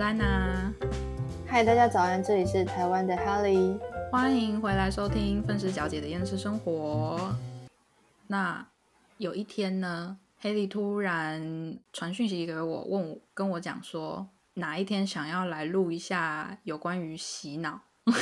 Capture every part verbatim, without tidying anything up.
安娜。 嗨，大家早安，这里是台湾的 Helly， 欢迎回来收听愤世小姐的厌世生活。那有一天呢，Haley 突然传讯息给我，问我跟我讲说，哪一天想要来录一下有关于洗脑。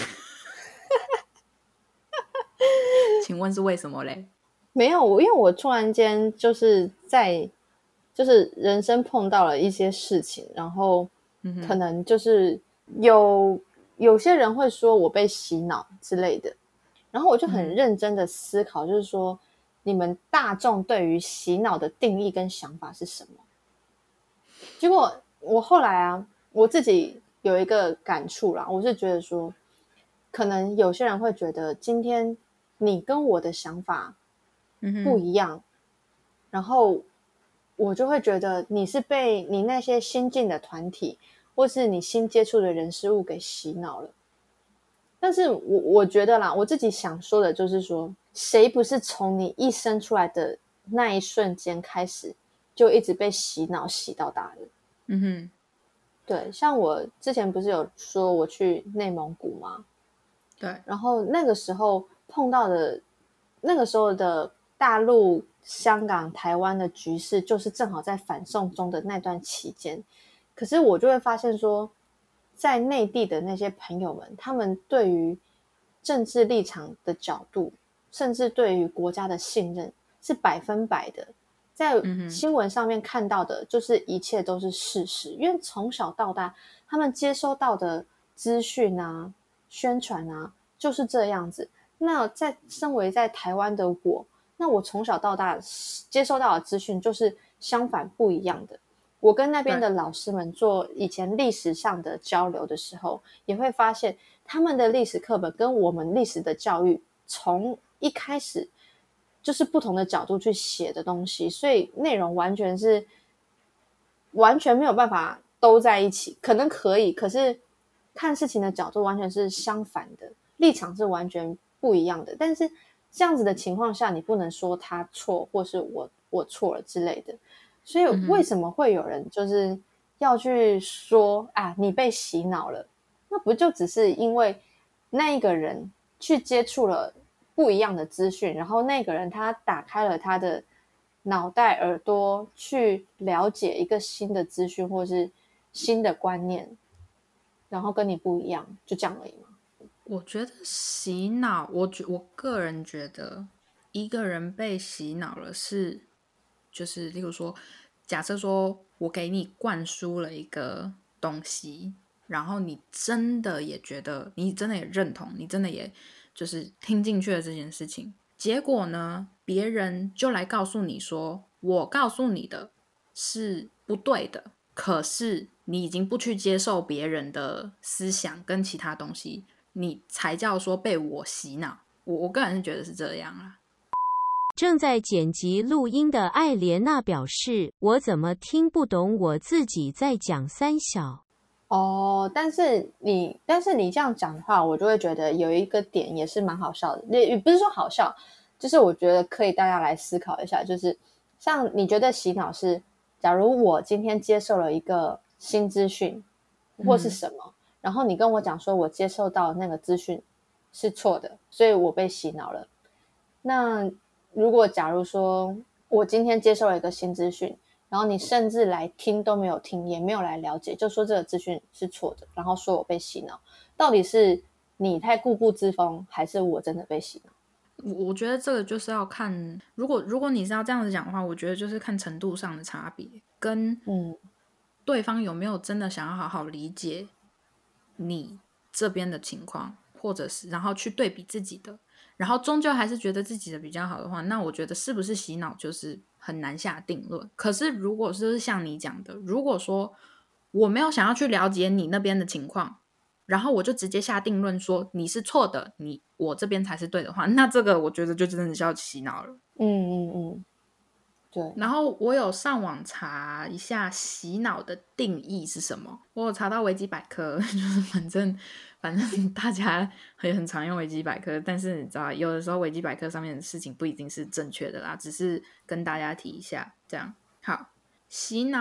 请问是为什么嘞？ 没有，因为我突然间就是在就是人生碰到了一些事情，然后可能就是有有些人会说我被洗脑之类的，然后我就很认真的思考，就是说你们大众对于洗脑的定义跟想法是什么？结果我后来啊，我自己有一个感触啦，我是觉得说，可能有些人会觉得今天你跟我的想法不一样，嗯、然后我就会觉得你是被你那些新进的团体或是你新接触的人事物给洗脑了。但是我我觉得啦，我自己想说的就是说，谁不是从你一生出来的那一瞬间开始就一直被洗脑洗到大的？ 嗯哼， 对，像我之前不是有说我去内蒙古吗？ 对， 然后那个时候碰到的，那个时候的大陆、香港、台湾的局势，就是正好在反送中的那段期间。可是我就会发现说，在内地的那些朋友们，他们对于政治立场的角度，甚至对于国家的信任是百分百的。在新闻上面看到的，就是一切都是事实，因为从小到大，他们接收到的资讯啊、宣传啊，就是这样子。那在身为在台湾的我，那我从小到大接收到的资讯就是相反不一样的。我跟那边的老师们做以前历史上的交流的时候，也会发现他们的历史课本跟我们历史的教育从一开始就是不同的角度去写的东西，所以内容完全是完全没有办法都在一起，可能可以，可是看事情的角度完全是相反的，立场是完全不一样的。但是这样子的情况下，你不能说他错，或是我我错了之类的。所以为什么会有人就是要去说啊，你被洗脑了？那不就只是因为那一个人去接触了不一样的资讯，然后那个人他打开了他的脑袋耳朵去了解一个新的资讯或是新的观念，然后跟你不一样，就这样而已吗？ 我觉得洗脑，我觉我个人觉得一个人被洗脑了是，就是例如说，假设说我给你灌输了一个东西，然后你真的也觉得，你真的也认同，你真的也就是听进去了这件事情，结果呢，别人就来告诉你说，我告诉你的是不对的，可是你已经不去接受别人的思想跟其他东西，你才叫说被我洗脑。我我个人是觉得是这样啦。 正在剪辑录音的艾莲娜表示，我怎么听不懂我自己在讲三小。 哦，但是你但是你这样讲的话，我就会觉得有一个点也是蛮好笑的，也不是说好笑，就是我觉得可以大家来思考一下，就是像你觉得洗脑是，假如我今天接受了一个新资讯或是什么、嗯、然后你跟我讲说我接受到那个资讯是错的，所以我被洗脑了。那如果假如说我今天接受了一个新资讯，然后你甚至来听都没有听，也没有来了解，就说这个资讯是错的，然后说我被洗脑，到底是你太固步自封，还是我真的被洗脑？ 我觉得这个就是要看，如果如果你是要这样子讲的话，我觉得就是看程度上的差别，跟对方有没有真的想要好好理解你这边的情况，或者是然后去对比自己的，然后终究还是觉得自己的比较好的话，那我觉得是不是洗脑就是很难下定论。可是如果是像你讲的，如果说我没有想要去了解你那边的情况，然后我就直接下定论说你是错的，你我这边才是对的话，那这个我觉得就真的是要洗脑了。 嗯嗯嗯，对。 然后我有上网查一下洗脑的定义是什么，我有查到维基百科，就是反正反正大家也很常用维基百科，但是你知道有的时候维基百科上面的事情不一定是正确的啦，只是跟大家提一下这样。好，洗脑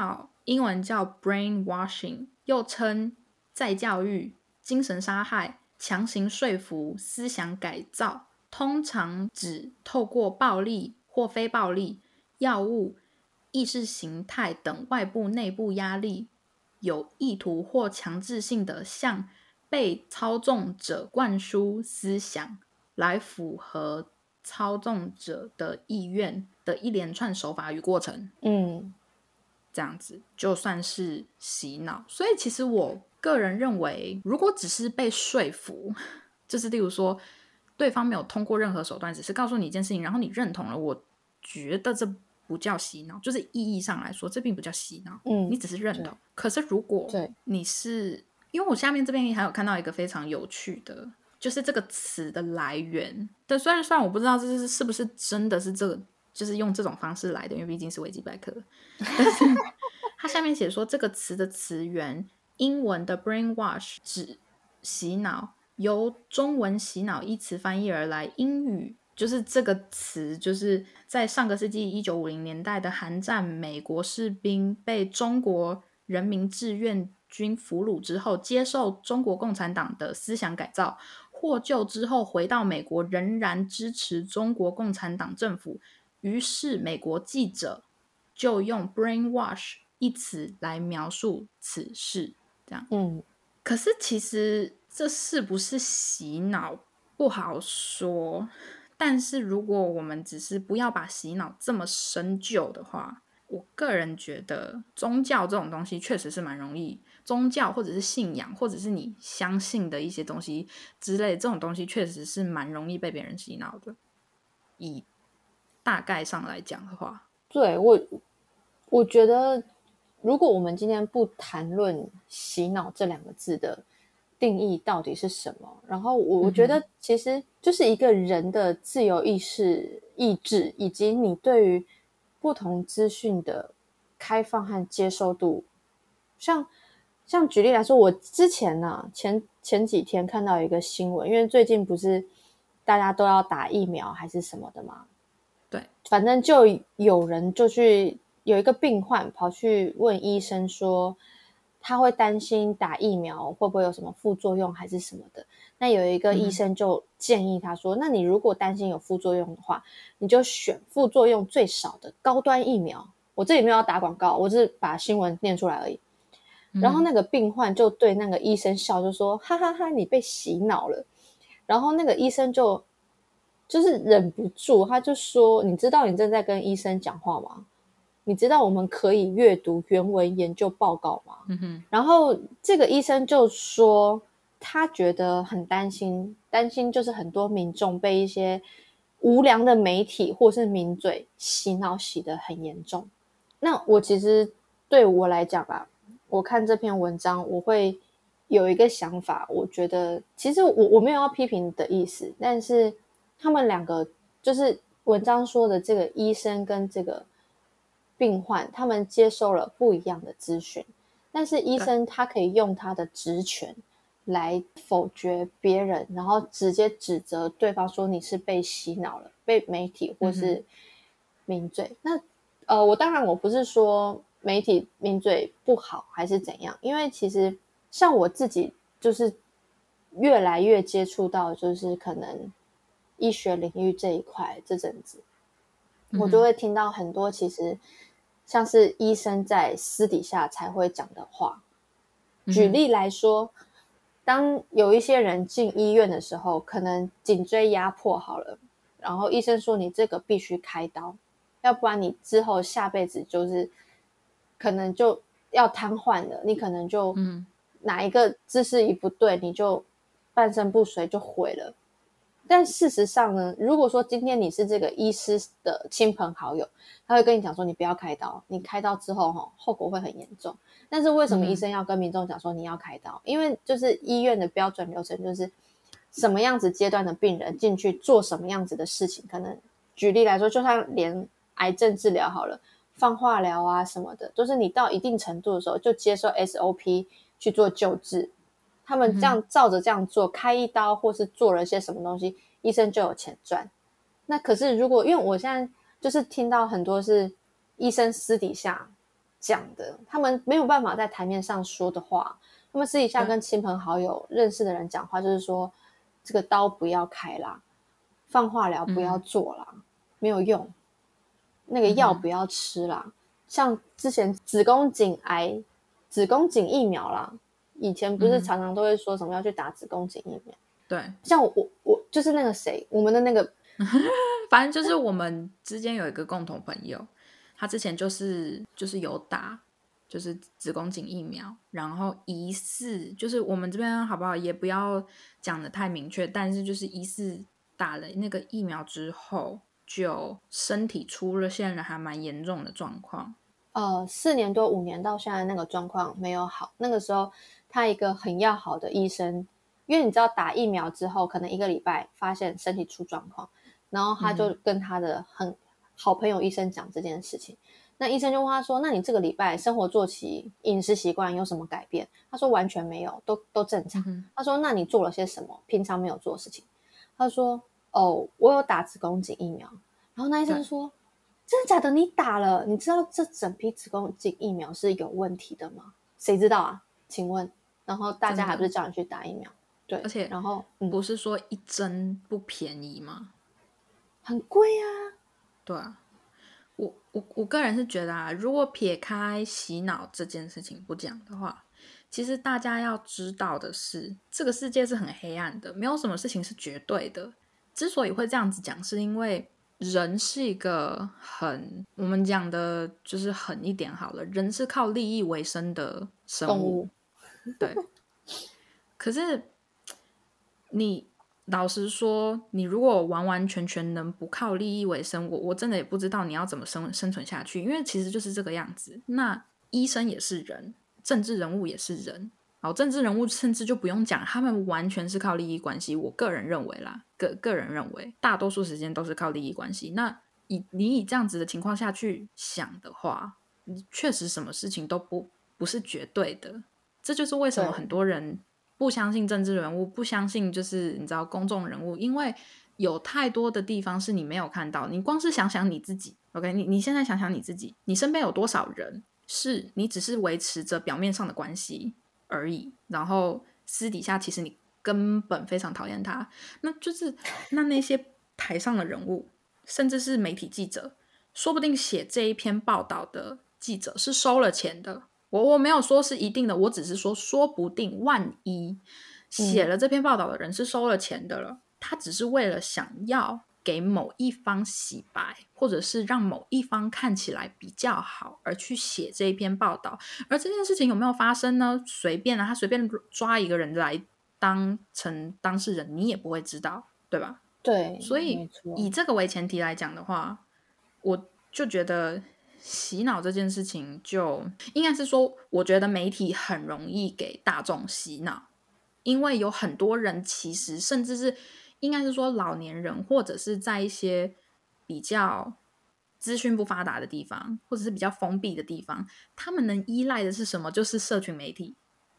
英文叫 brainwashing， 又称再教育、精神杀害、强行说服、思想改造，通常指透过暴力或非暴力、药物、意识形态等外部内部压力，有意图或强制性的向被操纵者灌输思想，来符合操纵者的意愿的一连串手法与过程。 嗯， 这样子就算是洗脑。所以其实我个人认为，如果只是被说服，就是例如说对方没有通过任何手段，只是告诉你一件事情，然后你认同了，我觉得这不叫洗脑，就是意义上来说，这并不叫洗脑。 嗯， 你只是认同。可是如果你是，因为我下面这边还有看到一个非常有趣的，就是这个词的来源。对，虽然虽然我不知道这是是不是真的是这个，就是用这种方式来的，因为毕竟是维基百科。但是它下面写说，这个词的词源，英文的 brainwash 指洗脑，由中文洗脑一词翻译而来，英语就是这个词就是在上个世纪一九五零年代的韩战美国士兵被中国人民志愿军俘虏之后，接受中国共产党的思想改造，获救之后回到美国，仍然支持中国共产党政府，于是美国记者就用 brainwash 一词来描述此事，这样。 嗯， 可是其实这是不是洗脑不好说，但是如果我们只是不要把洗脑这么深究的话，我个人觉得宗教这种东西确实是蛮容易，宗教或者是信仰或者是你相信的一些东西之类的，这种东西确实是蛮容易被别人洗脑的，以大概上来讲的话。 对，我我觉得如果我们今天不谈论洗脑这两个字的定义到底是什么，然后我我觉得其实就是一个人的自由意识、意志，以及你对于不同资讯的开放和接受度。像像举例来说，我之前呢、啊、前前几天看到一个新闻，因为最近不是大家都要打疫苗还是什么的嘛， 对， 反正就有人就去有一个病患跑去问医生说，他会担心打疫苗会不会有什么副作用还是什么的。那有一个医生就建议他说，嗯、那你如果担心有副作用的话，你就选副作用最少的高端疫苗。我这里没有要打广告，我只是把新闻念出来而已。然后那个病患就对那个医生笑，就说哈哈哈，你被洗脑了。然后那个医生就就是忍不住，他就说，你知道你正在跟医生讲话吗？你知道我们可以阅读原文研究报告吗？ 嗯哼。 然后这个医生就说他觉得很担心，担心就是很多民众被一些无良的媒体或是名嘴洗脑洗得很严重。那我其实对我来讲吧，我看这篇文章我会有一个想法，我觉得其实我我没有要批评的意思，但是他们两个就是文章说的这个医生跟这个病患，他们接受了不一样的资讯，但是医生他可以用他的职权来否决别人，然后直接指责对方说你是被洗脑了，被媒体或是名嘴。嗯、那呃，我当然我不是说媒体名嘴不好还是怎样，因为其实像我自己就是越来越接触到就是可能医学领域这一块，这阵子我就会听到很多其实像是医生在私底下才会讲的话。举例来说，当有一些人进医院的时候，可能颈椎压迫好了，然后医生说你这个必须开刀，要不然你之后下辈子就是可能就要瘫痪了，你可能就哪一个姿势一不对，你就半身不遂就毁了。但事实上呢，如果说今天你是这个医师的亲朋好友，他会跟你讲说你不要开刀，你开刀之后吼后果会很严重。但是为什么医生要跟民众讲说你要开刀？嗯、因为就是医院的标准流程就是什么样子阶段的病人进去做什么样子的事情。可能举例来说，就像连癌症治疗好了，放化疗啊什么的，就是你到一定程度的时候就接受 S O P 去做救治。他们这样照着这样做，开一刀或是做了些什么东西，医生就有钱赚。那可是如果因为我现在就是听到很多是医生私底下讲的，他们没有办法在台面上说的话，他们私底下跟亲朋好友认识的人讲话，就是说这个刀不要开啦，放化疗不要做啦，嗯、没有用，那个药不要吃啦。嗯、像之前子宫颈癌、子宫颈疫苗啦，以前不是常常都会说什么要去打子宫颈疫苗？ 对， 像我我就是那个谁，我们的那个， 反正就是我们之间有一个共同朋友，他之前就是就是有打。就是子宫颈疫苗，然后疑似就是我们这边好不好也不要讲的太明确，但是就是疑似打了那个疫苗之后就身体出了现了还蛮严重的状况。 呃，四年多五年到现在那个状况没有好。那个时候他一个很要好的医生，因为你知道打疫苗之后可能一个礼拜发现身体出状况，然后他就跟他的很好朋友医生讲这件事情。那医生就问他说，那你这个礼拜生活作息饮食习惯有什么改变？他说完全没有，都都正常、嗯、他说那你做了些什么平常没有做的事情？他说哦，我有打子宫颈疫苗。然后那医生就说真的假的？你打了？你知道这整批子宫颈疫苗是有问题的吗？谁知道啊？请问，然后大家还不是叫你去打疫苗？对， 而且然后、 嗯、不是说一针不便宜吗？ 很贵啊。 对啊，我我我个人是觉得啊，如果撇开洗脑这件事情不讲的话，其实大家要知道的是，这个世界是很黑暗的，没有什么事情是绝对的。之所以会这样子讲，是因为人是一个很，我们讲的就是狠一点好了，人是靠利益为生的生物。 动物对。可是你老实说，你如果完完全全能不靠利益为生，我我真的也不知道你要怎么生生存下去，因为其实就是这个样子。那医生也是人，政治人物也是人，好，政治人物甚至就不用讲，他们完全是靠利益关系。我个人认为啦，个个人认为，大多数时间都是靠利益关系。那以你以这样子的情况下去想的话，你确实什么事情都不不是绝对的。这就是为什么很多人不相信政治人物，不相信就是你知道公众人物，因为有太多的地方是你没有看到。你光是想想你自己 OK， 你, 你现在想想你自己，你身边有多少人是你只是维持着表面上的关系而已，然后私底下其实你根本非常讨厌他。那就是那那些台上的人物，甚至是媒体记者，说不定写这一篇报道的记者是收了钱的。我我没有说是一定的，我只是说说不定万一写了这篇报道的人是收了钱的了、嗯、他只是为了想要给某一方洗白，或者是让某一方看起来比较好而去写这一篇报道。而这件事情有没有发生呢？随便啊，他随便抓一个人来当成当事人，你也不会知道，对吧？ 对， 所以以这个为前提来讲的话，我就觉得洗脑这件事情就应该是说，我觉得媒体很容易给大众洗脑，因为有很多人其实甚至是应该是说老年人，或者是在一些比较资讯不发达的地方，或者是比较封闭的地方，他们能依赖的是什么？就是社群媒体。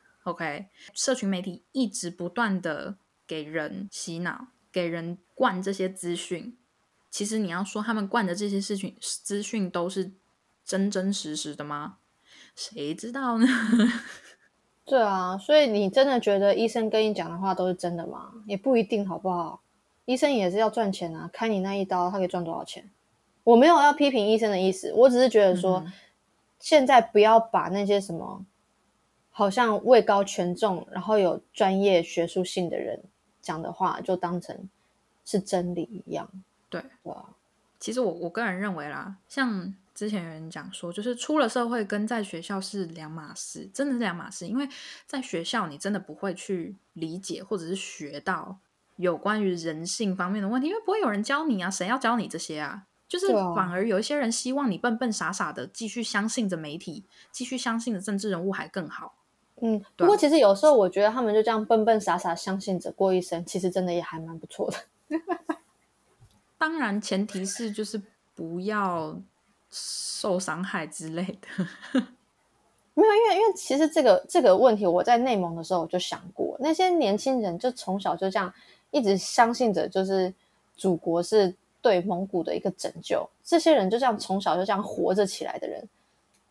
OK， 社群媒体一直不断的给人洗脑，给人灌这些资讯。其实你要说他们灌的这些事情资讯都是真真实实的吗？谁知道呢？ 对啊，所以你真的觉得医生跟你讲的话都是真的吗？也不一定，好不好？医生也是要赚钱啊，开你那一刀他可以赚多少钱？我没有要批评医生的意思，我只是觉得说、嗯、现在不要把那些什么好像位高权重然后有专业学术性的人讲的话就当成是真理一样。 对，对啊，其实我我个人认为啦，像之前有人讲说，就是出了社会跟在学校是两码事，真的是两码事。因为在学校你真的不会去理解或者是学到有关于人性方面的问题，因为不会有人教你啊，谁要教你这些啊？就是反而有一些人希望你笨笨傻傻的继续相信着媒体，继续相信着政治人物还更好。 嗯，不过其实有时候我觉得他们就这样笨笨傻傻相信着过一生，其实真的也还蛮不错的。 当然前提是就是不要受伤害之类的。 没有，因为因为其实这个这个问题我在内蒙的时候我就想过，那些年轻人就从小就这样一直相信着就是祖国是对蒙古的一个拯救，这些人就这样从小就这样活着起来的人，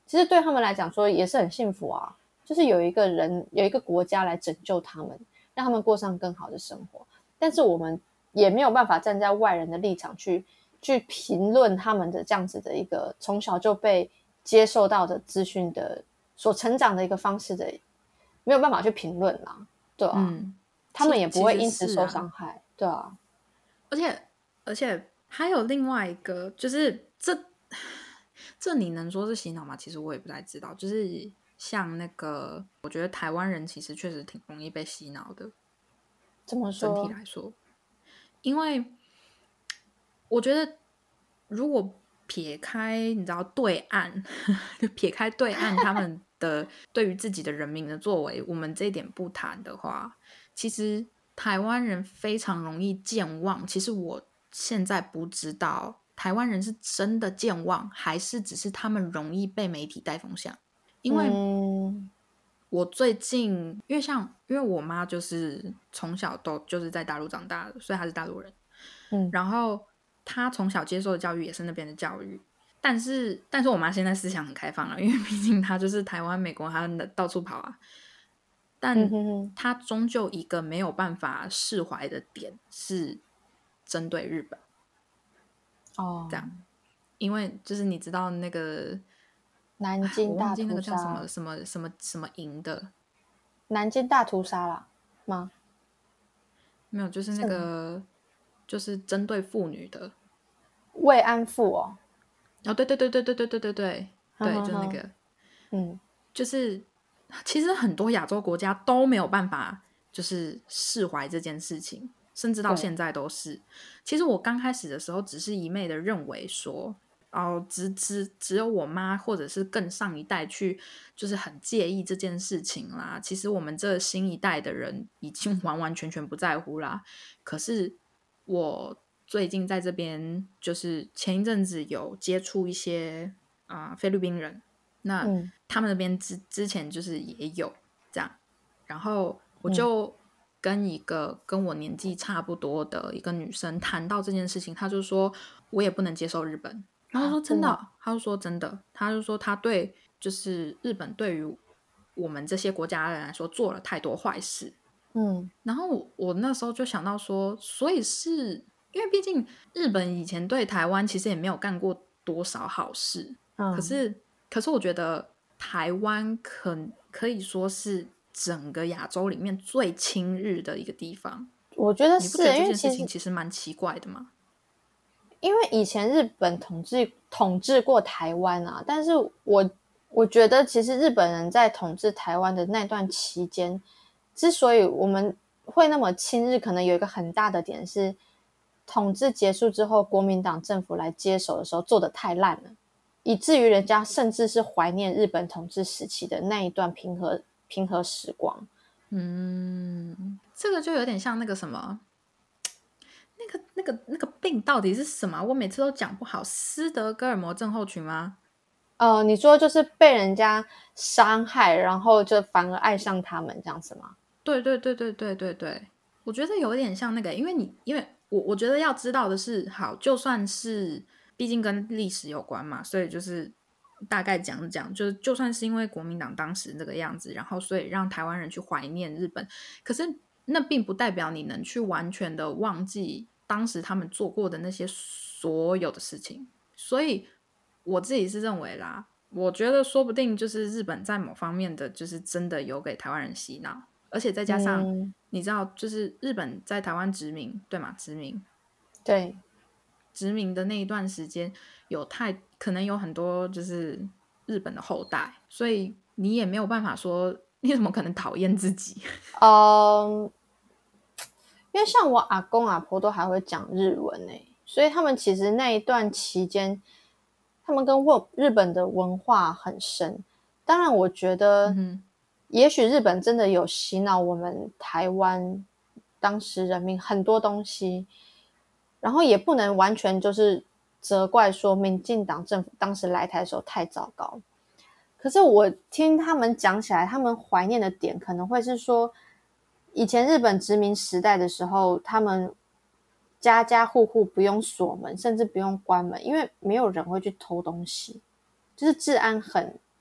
其实对他们来讲说也是很幸福啊，就是有一个人有一个国家来拯救他们，让他们过上更好的生活。但是我们也没有办法站在外人的立场去去评论他们的这样子的一个从小就被接受到的资讯的所成长的一个方式的，没有办法去评论啦，对啊、嗯，他们也不会因此受伤害、啊、对啊。 而且而且还有另外一个，就是这这你能说是洗脑吗？其实我也不太知道。就是像那个，我觉得台湾人其实确实挺容易被洗脑的。 怎么说？ 整体来说，因为我觉得如果撇开你知道对岸，撇开对岸他们的对于自己的人民的作为，我们这一点不谈的话，其实台湾人非常容易健忘。其实我现在不知道台湾人是真的健忘，还是只是他们容易被媒体带风向。因为我最近因为像因为我妈就是从小都就是在大陆长大的，所以她是大陆人。嗯，然后她从小接受的教育也是那边的教育，但是但是我妈现在思想很开放了，因为毕竟她就是台湾美国她到处跑啊。但她终究一个没有办法释怀的点是针对日本。哦，这样，因为就是你知道那个南京大屠杀，我忘记那个叫什么什么什么什么营的， 南京大屠杀啦吗？ 没有，就是那个就是针对妇女的慰安妇哦。 哦，对对对对对对对对对对，就是那个，嗯，就是其实很多亚洲国家都没有办法就是释怀这件事情，甚至到现在都是。其实我刚开始的时候只是一昧的认为说哦，只只只有我妈或者是更上一代去就是很介意这件事情啦。其实我们这新一代的人已经完完全全不在乎啦。可是我最近在这边就是前一阵子有接触一些啊、呃、菲律宾人，那、嗯、他们那边之之前就是也有这样，然后我就跟一个跟我年纪差不多的一个女生谈到这件事情，她就说我也不能接受日本。然后说真的、啊、他就说真的，他就说他对就是日本对于我们这些国家人来说做了太多坏事。嗯，然后 我, 我那时候就想到说，所以是因为毕竟日本以前对台湾其实也没有干过多少好事。嗯，可是可是我觉得台湾可可以说是整个亚洲里面最亲日的一个地方。 我觉得是， 你不觉得这件事情其实蛮奇怪的吗？ 因为以前日本统治统治过台湾啊，但是我我觉得其实日本人在统治台湾的那段期间，之所以我们会那么亲日，可能有一个很大的点是，统治结束之后，国民党政府来接手的时候做得太烂了，以至于人家甚至是怀念日本统治时期的那一段平和平和时光。 嗯，这个就有点像那个什么。那个、那个、那个病到底是什么？我每次都讲不好。斯德哥尔摩症候群吗？ 呃，你说就是被人家伤害，然后就反而爱上他们这样子吗？ 对对对对对对对，我觉得有点像那个，因为你，因为我我觉得要知道的是，好，就算是毕竟跟历史有关嘛，所以就是大概讲讲，就是就算是因为国民党当时那个样子，然后所以让台湾人去怀念日本，可是那并不代表你能去完全的忘记当时他们做过的那些所有的事情。所以我自己是认为啦，我觉得说不定就是日本在某方面的就是真的有给台湾人洗脑，而且再加上、嗯、你知道就是日本在台湾殖民对吗？殖民对殖民的那一段时间有太可能有很多就是日本的后代，所以你也没有办法说你怎么可能讨厌自己。 嗯，因为像我阿公阿婆都还会讲日文欸，所以他们其实那一段期间他们跟日本的文化很深。当然我觉得也许日本真的有洗脑我们台湾当时人民很多东西，然后也不能完全就是责怪说民进党政府当时来台的时候太糟糕。可是我听他们讲起来，他们怀念的点可能会是说以前日本殖民时代的时候，他们家家户户不用锁门，甚至不用关门，因为没有人会去偷东西，就是治安很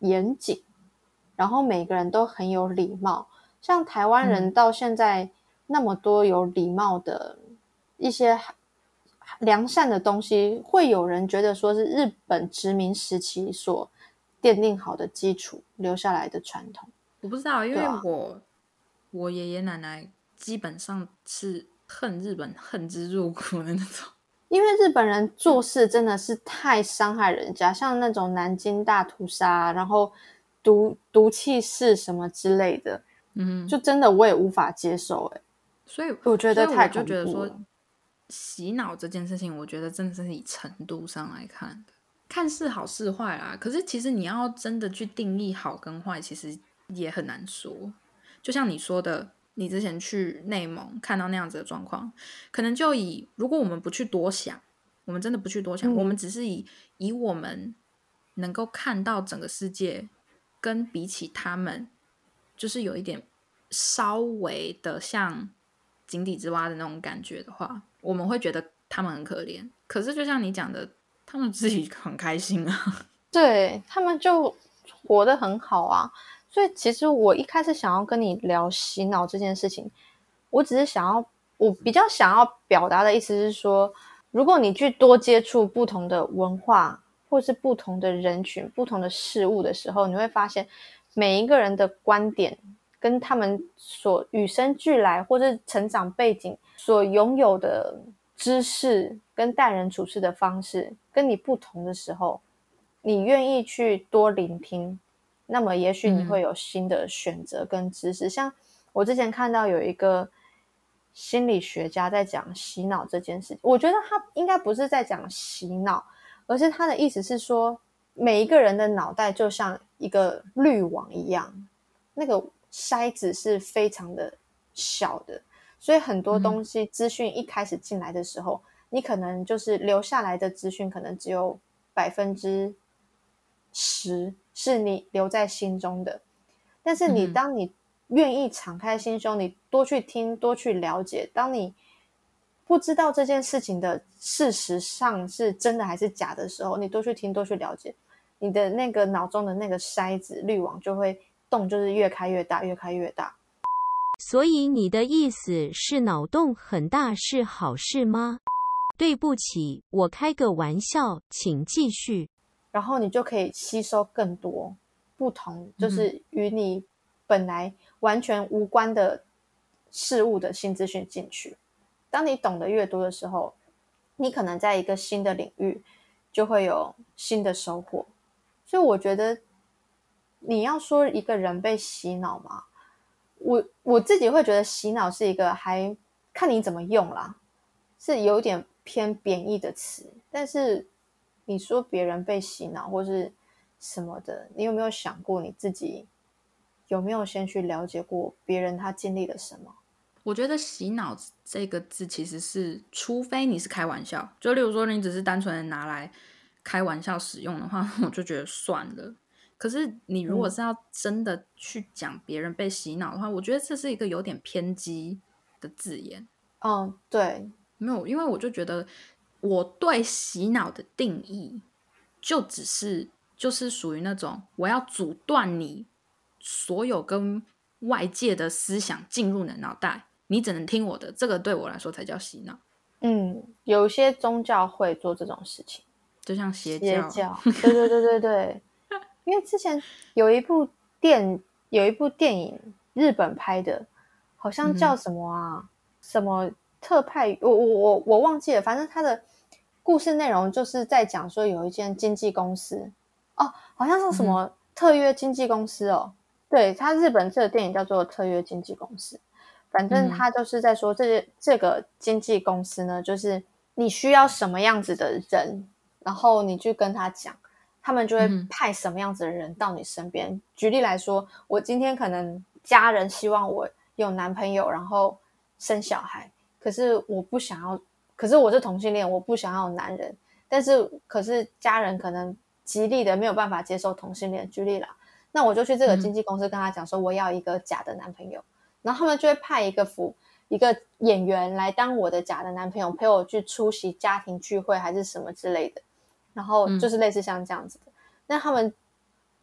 严谨，然后每个人都很有礼貌。像台湾人到现在那么多有礼貌的一些良善的东西，会有人觉得说是日本殖民时期所奠定好的基础留下来的传统。 我不知道，因为啊我、我爷爷奶奶基本上是恨日本恨之入骨的那种。 因为日本人做事真的是太伤害人家，像那种南京大屠杀，然后毒毒气室什么之类的， 嗯， 就真的我也无法接受哎、欸， 所以我觉得太恐所以我就觉得怖了。 说，洗脑这件事情，我觉得真的是以程度上来看的，看是好是坏啦。可是其实你要真的去定义好跟坏，其实也很难说。就像你说的，你之前去内蒙看到那样子的状况，可能就以如果我们不去多想，我们真的不去多想， 嗯我们只是以以我们能够看到整个世界，跟比起他们，就是有一点稍微的像井底之蛙的那种感觉的话，我们会觉得他们很可怜。可是就像你讲的，他们自己很开心啊。 对，他们就活得很好啊。所以其实我一开始想要跟你聊洗脑这件事情，我只是想要，我比较想要表达的意思是说，如果你去多接触不同的文化，或是不同的人群、不同的事物的时候，你会发现每一个人的观点跟他们所与生俱来或是成长背景所拥有的知识跟待人处事的方式跟你不同的时候，你愿意去多聆听，那么也许你会有新的选择跟知识。嗯、像我之前看到有一个心理学家在讲洗脑这件事情，我觉得他应该不是在讲洗脑，而是他的意思是说，每一个人的脑袋就像一个滤网一样，那个筛子是非常的小的，所以很多东西资讯一开始进来的时候，嗯、你可能就是留下来的资讯可能只有百分之十是你留在心中的，但是你当你愿意敞开心胸，你多去听，多去了解，当你不知道这件事情的事实上是真的还是假的时候，你多去听，多去了解，你的那个脑中的那个筛子滤网就会洞，就是越开越大，越开越大。 所以你的意思是脑洞很大是好事吗？对不起，我开个玩笑，请继续。 然后你就可以吸收更多不同，就是与你本来完全无关的事物的新资讯进去。当你懂得越多的时候，你可能在一个新的领域就会有新的收获。所以我觉得你要说一个人被洗脑嘛，我我自己会觉得洗脑是一个还看你怎么用啦，是有点偏贬义的词。但是你说别人被洗脑或是什么的，你有没有想过你自己有没有先去了解过别人他经历了什么？ 我觉得洗脑这个字其实是，除非你是开玩笑，就例如说你只是单纯的拿来开玩笑使用的话，我就觉得算了。可是你如果是要真的去讲别人被洗脑的话，嗯、我觉得这是一个有点偏激的字眼。 嗯，对， 没有，因为我就觉得我对洗脑的定义就只是就是属于那种我要阻断你所有跟外界的思想进入你的脑袋，你只能听我的，这个对我来说才叫洗脑。 嗯，有些宗教会做这种事情， 就像邪教。 邪教，对对对对对。因为之前有一部电有一部电影，日本拍的，好像叫什么啊？嗯、什么特派？我我我我忘记了，反正它的故事内容就是在讲说有一间经纪公司，哦，好像是什么特约经纪公司哦。嗯、对，它日本这个电影叫做特约经纪公司。反正他就是在说这个这个经纪公司呢，就是你需要什么样子的人，然后你去跟他讲。他们就会派什么样子的人到你身边。嗯、举例来说，我今天可能家人希望我有男朋友，然后生小孩，可是我不想要，可是我是同性恋，我不想要有男人，但是可是家人可能极力的没有办法接受同性恋。举例啦，那我就去这个经纪公司跟他讲说，我要一个假的男朋友，嗯、然后他们就会派一个服一个演员来当我的假的男朋友，陪我去出席家庭聚会还是什么之类的。然后就是类似像这样子的，嗯、那他们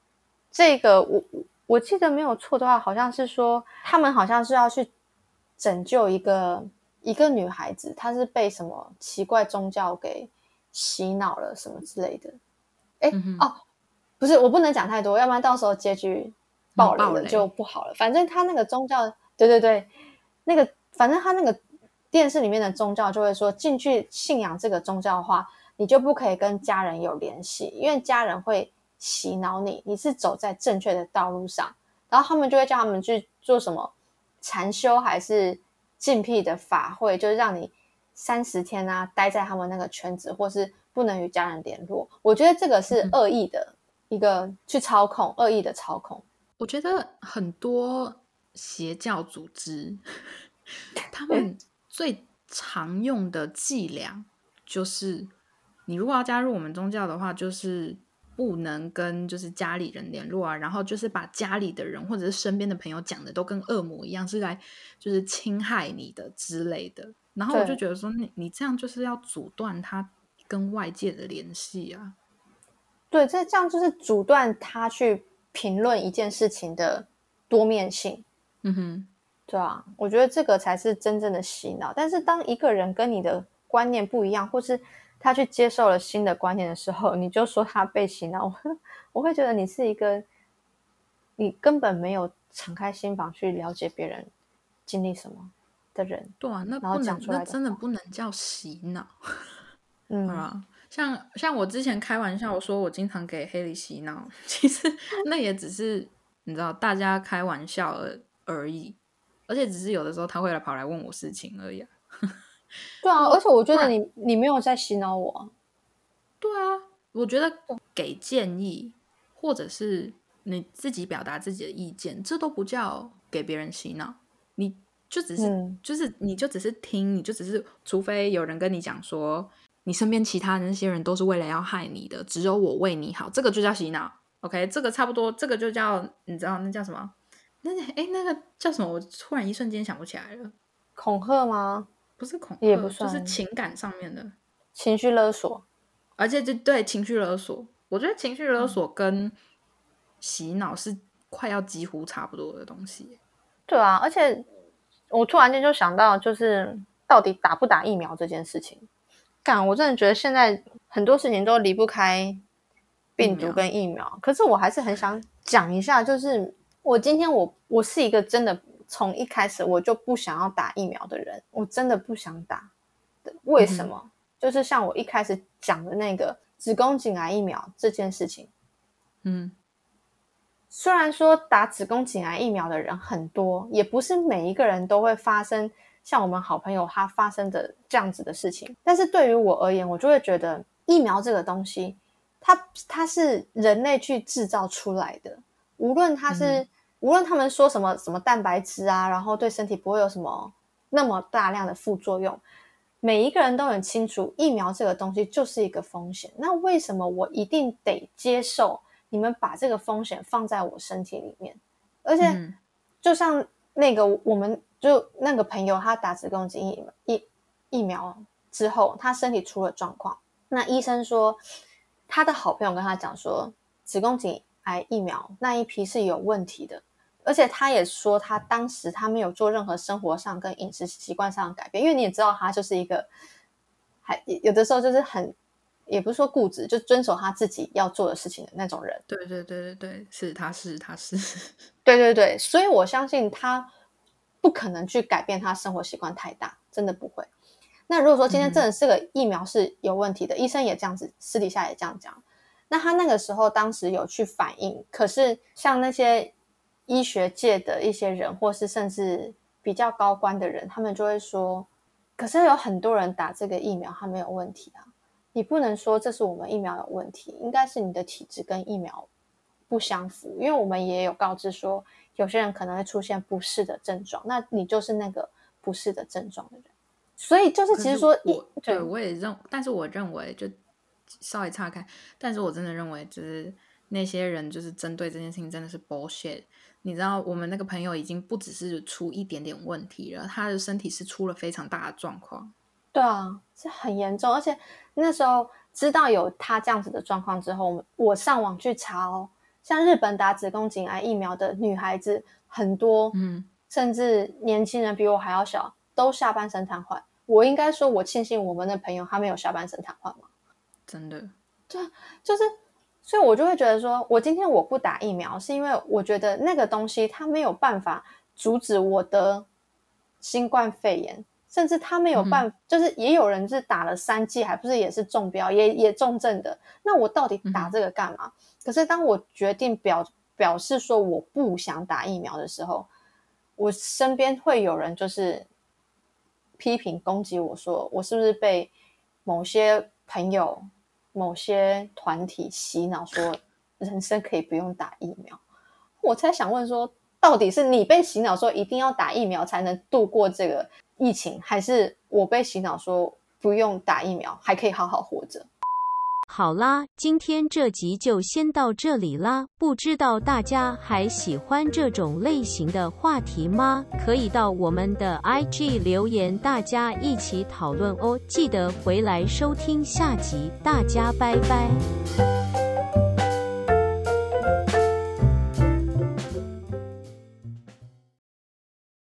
这个我我记得没有错的话，好像是说他们好像是要去拯救一个一个女孩子，她是被什么奇怪宗教给洗脑了什么之类的。哎、 嗯哼， 哦，不是，我不能讲太多，要不然到时候结局爆雷了爆雷就不好了。反正他那个宗教，对对对，那个反正他那个电视里面的宗教就会说，进去信仰这个宗教的话，你就不可以跟家人有联系，因为家人会洗脑你，你是走在正确的道路上，然后他们就会叫他们去做什么禅修还是禁闭的法会，就是让你三十天啊待在他们那个圈子，或是不能与家人联络。我觉得这个是恶意的一个去操控，恶意的操控。 我觉得很多邪教组织，他们最常用的伎俩就是，你如果要加入我们宗教的话，就是不能跟就是家里人联络啊，然后就是把家里的人或者是身边的朋友讲的都跟恶魔一样，是来就是侵害你的之类的。然后我就觉得说你，你这样就是要阻断他跟外界的联系啊。 对，这这样就是阻断他去评论一件事情的多面性。 嗯哼， 对啊，我觉得这个才是真正的洗脑。但是当一个人跟你的观念不一样，或是他去接受了新的观念的时候，你就说他被洗脑，我会觉得你是一个你根本没有敞开心房去了解别人经历什么的人， 对啊，那然后不能，那讲出来的话。 真的不能叫洗脑。好嗯， 啦，像像我之前开玩笑说，我经常给黑莉洗脑，其实那也只是你知道大家开玩笑而而已，而且只是有的时候他会来跑来问我事情而已啊。 对啊， 我而且我觉得不然你你没有在洗脑我啊。 对啊，我觉得给建议或者是你自己表达自己的意见，这都不叫给别人洗脑，你就只是、 嗯， 就是你就只是听，你就只是，除非有人跟你讲说，你身边其他的那些人都是为了要害你的，只有我为你好，这个就叫洗脑。OK， 这个差不多，这个就叫你知道那叫什么？那哎那个叫什么？我突然一瞬间想不起来了。 恐吓吗？ 不是恐也不吓，就是算情感上面的。 情绪勒索。 而且就对情绪勒索，我觉得情绪勒索跟洗脑是快要几乎差不多的东西。 对啊，而且我突然间就想到，就是到底打不打疫苗这件事情。干，我真的觉得现在很多事情都离不开病毒跟疫苗，可是我还是很想讲一下，就是我今天我我是一个真的从一开始我就不想要打疫苗的人，我真的不想打的。为什么？嗯、就是像我一开始讲的那个子宫颈癌疫苗这件事情， 嗯， 虽然说打子宫颈癌疫苗的人很多，也不是每一个人都会发生像我们好朋友他发生的这样子的事情，但是对于我而言，我就会觉得疫苗这个东西，它它是人类去制造出来的，无论它是、嗯、无论他们说什么什么蛋白质啊，然后对身体不会有什么那么大量的副作用，每一个人都很清楚疫苗这个东西就是一个风险，那为什么我一定得接受你们把这个风险放在我身体里面？而且就像那个我们就那个朋友他打子宫颈疫疫苗之后，他身体出了状况，那医生说他的好朋友跟他讲说子宫颈癌疫苗那一批是有问题的，而且他也说他当时他没有做任何生活上跟饮食习惯上的改变，因为你也知道他就是一个还有的时候就是很也不是说固执，就遵守他自己要做的事情的那种人。 对对对对对，是他是他是对对对，所以我相信他不可能去改变他生活习惯太大，真的不会。那如果说今天真的是个疫苗是有问题的、嗯、医生也这样子私底下也这样讲，那他那个时候当时有去反映，可是像那些医学界的一些人或是甚至比较高官的人，他们就会说可是有很多人打这个疫苗他没有问题啊，你不能说这是我们疫苗有问题，应该是你的体质跟疫苗不相符，因为我们也有告知说有些人可能会出现不适的症状，那你就是那个不适的症状的人。所以就是其实说我对, 对我也认，但是我认为就稍微岔开，但是我真的认为就是那些人就是针对这件事情真的是 bullshit。 你知道我们那个朋友已经不只是出一点点问题了，他的身体是出了非常大的状况。 对啊，是很严重，而且那时候知道有他这样子的状况之后，我上网去查哦， 像日本打子宫颈癌疫苗的女孩子很多， 嗯， 甚至年轻人比我还要小，都下半身瘫痪。我应该说，我庆幸我们的朋友他没有下半身瘫痪吗？ 真的， 对，就是，所以我就会觉得说，我今天我不打疫苗，是因为我觉得那个东西它没有办法阻止我得新冠肺炎，甚至他没有办法，嗯、就是也有人是打了三剂，还不是也是中标，也也重症的。那我到底打这个干嘛？嗯、可是当我决定表表示说我不想打疫苗的时候，我身边会有人就是批评攻击我说，我是不是被某些朋友、某些团体洗脑说人生可以不用打疫苗？我才想问说，到底是你被洗脑说一定要打疫苗才能度过这个疫情，还是我被洗脑说不用打疫苗还可以好好活着？ 好啦，今天这集就先到这里啦。不知道大家还喜欢这种类型的话题吗？可以到我们的 I G 留言，大家一起讨论哦。记得回来收听下集，大家拜拜。